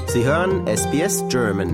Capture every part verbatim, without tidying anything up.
Sie hören S B S German.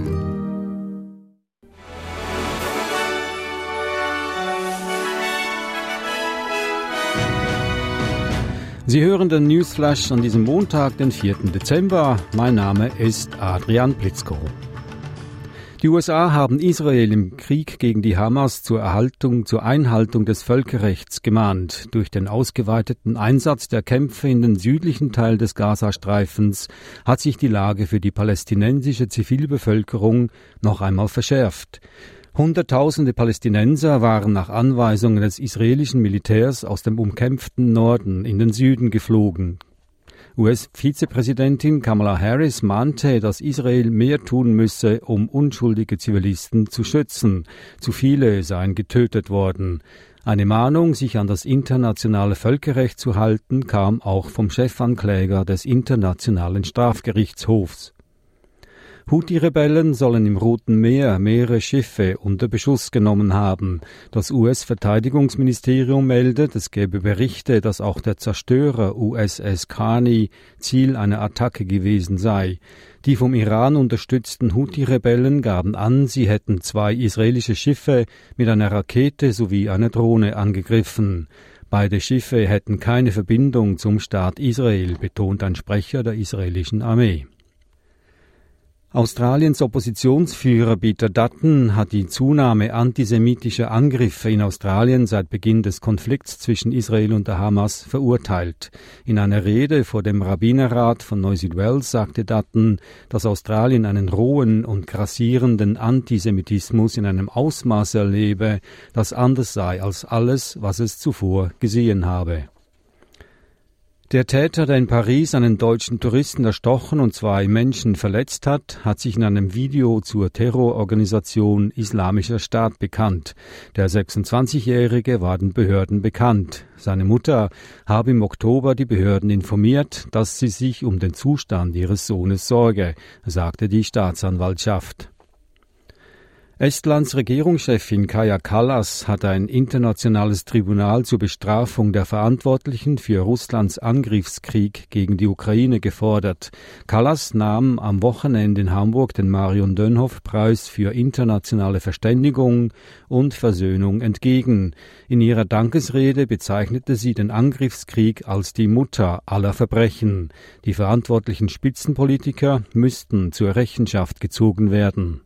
Sie hören den Newsflash an diesem Montag, den vierten Dezember. Mein Name ist Adrian Plitzko. Die U S A haben Israel im Krieg gegen die Hamas zur Erhaltung, zur Einhaltung des Völkerrechts gemahnt. Durch den ausgeweiteten Einsatz der Kämpfe in den südlichen Teil des Gazastreifens hat sich die Lage für die palästinensische Zivilbevölkerung noch einmal verschärft. Hunderttausende Palästinenser waren nach Anweisungen des israelischen Militärs aus dem umkämpften Norden in den Süden geflogen. U S-Vizepräsidentin Kamala Harris mahnte, dass Israel mehr tun müsse, um unschuldige Zivilisten zu schützen. Zu viele seien getötet worden. Eine Mahnung, sich an das internationale Völkerrecht zu halten, kam auch vom Chefankläger des Internationalen Strafgerichtshofs. Houthi-Rebellen sollen im Roten Meer mehrere Schiffe unter Beschuss genommen haben. Das U S-Verteidigungsministerium meldet, es gebe Berichte, dass auch der Zerstörer U S S Khani Ziel einer Attacke gewesen sei. Die vom Iran unterstützten Houthi-Rebellen gaben an, sie hätten zwei israelische Schiffe mit einer Rakete sowie einer Drohne angegriffen. Beide Schiffe hätten keine Verbindung zum Staat Israel, betont ein Sprecher der israelischen Armee. Australiens Oppositionsführer Peter Dutton hat die Zunahme antisemitischer Angriffe in Australien seit Beginn des Konflikts zwischen Israel und der Hamas verurteilt. In einer Rede vor dem Rabbinerrat von Neuseeland sagte Dutton, dass Australien einen rohen und grassierenden Antisemitismus in einem Ausmaß erlebe, das anders sei als alles, was es zuvor gesehen habe. Der Täter, der in Paris einen deutschen Touristen erstochen und zwei Menschen verletzt hat, hat sich in einem Video zur Terrororganisation Islamischer Staat bekannt. Der sechsundzwanzigjährige war den Behörden bekannt. Seine Mutter habe im Oktober die Behörden informiert, dass sie sich um den Zustand ihres Sohnes sorge, sagte die Staatsanwaltschaft. Estlands Regierungschefin Kaja Kallas hat ein internationales Tribunal zur Bestrafung der Verantwortlichen für Russlands Angriffskrieg gegen die Ukraine gefordert. Kallas nahm am Wochenende in Hamburg den Marion-Dönhoff-Preis für internationale Verständigung und Versöhnung entgegen. In ihrer Dankesrede bezeichnete sie den Angriffskrieg als die Mutter aller Verbrechen. Die verantwortlichen Spitzenpolitiker müssten zur Rechenschaft gezogen werden.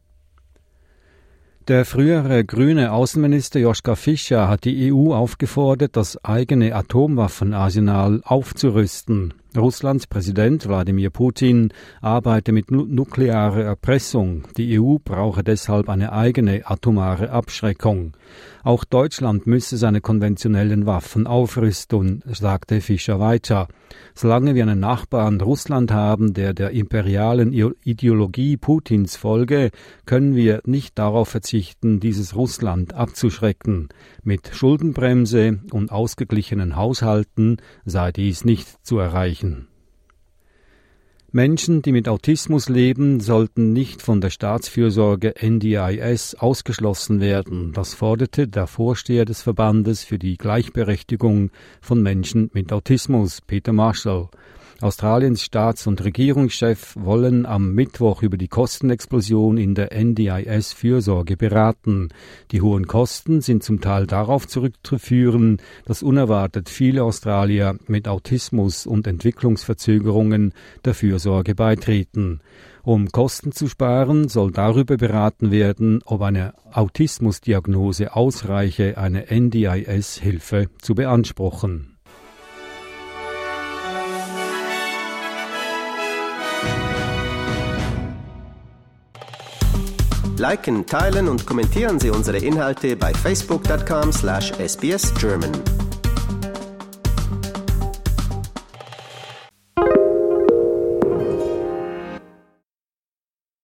Der frühere grüne Außenminister Joschka Fischer hat die E U aufgefordert, das eigene Atomwaffenarsenal aufzurüsten. Russlands Präsident Wladimir Putin arbeite mit nu- nuklearer Erpressung. Die E U brauche deshalb eine eigene atomare Abschreckung. Auch Deutschland müsse seine konventionellen Waffen aufrüsten, sagte Fischer weiter. Solange wir einen Nachbarn Russland haben, der der imperialen Ideologie Putins folge, können wir nicht darauf verzichten, dieses Russland abzuschrecken. Mit Schuldenbremse und ausgeglichenen Haushalten sei dies nicht zu erreichen. Menschen, die mit Autismus leben, sollten nicht von der Staatsfürsorge N D I S ausgeschlossen werden. Das forderte der Vorsteher des Verbandes für die Gleichberechtigung von Menschen mit Autismus, Peter Marshall. Australiens Staats- und Regierungschef wollen am Mittwoch über die Kostenexplosion in der N D I S-Fürsorge beraten. Die hohen Kosten sind zum Teil darauf zurückzuführen, dass unerwartet viele Australier mit Autismus und Entwicklungsverzögerungen der Fürsorge beitreten. Um Kosten zu sparen, soll darüber beraten werden, ob eine Autismusdiagnose ausreiche, eine N D I S-Hilfe zu beanspruchen. Liken, teilen und kommentieren Sie unsere Inhalte bei facebook dot com slash S B S German.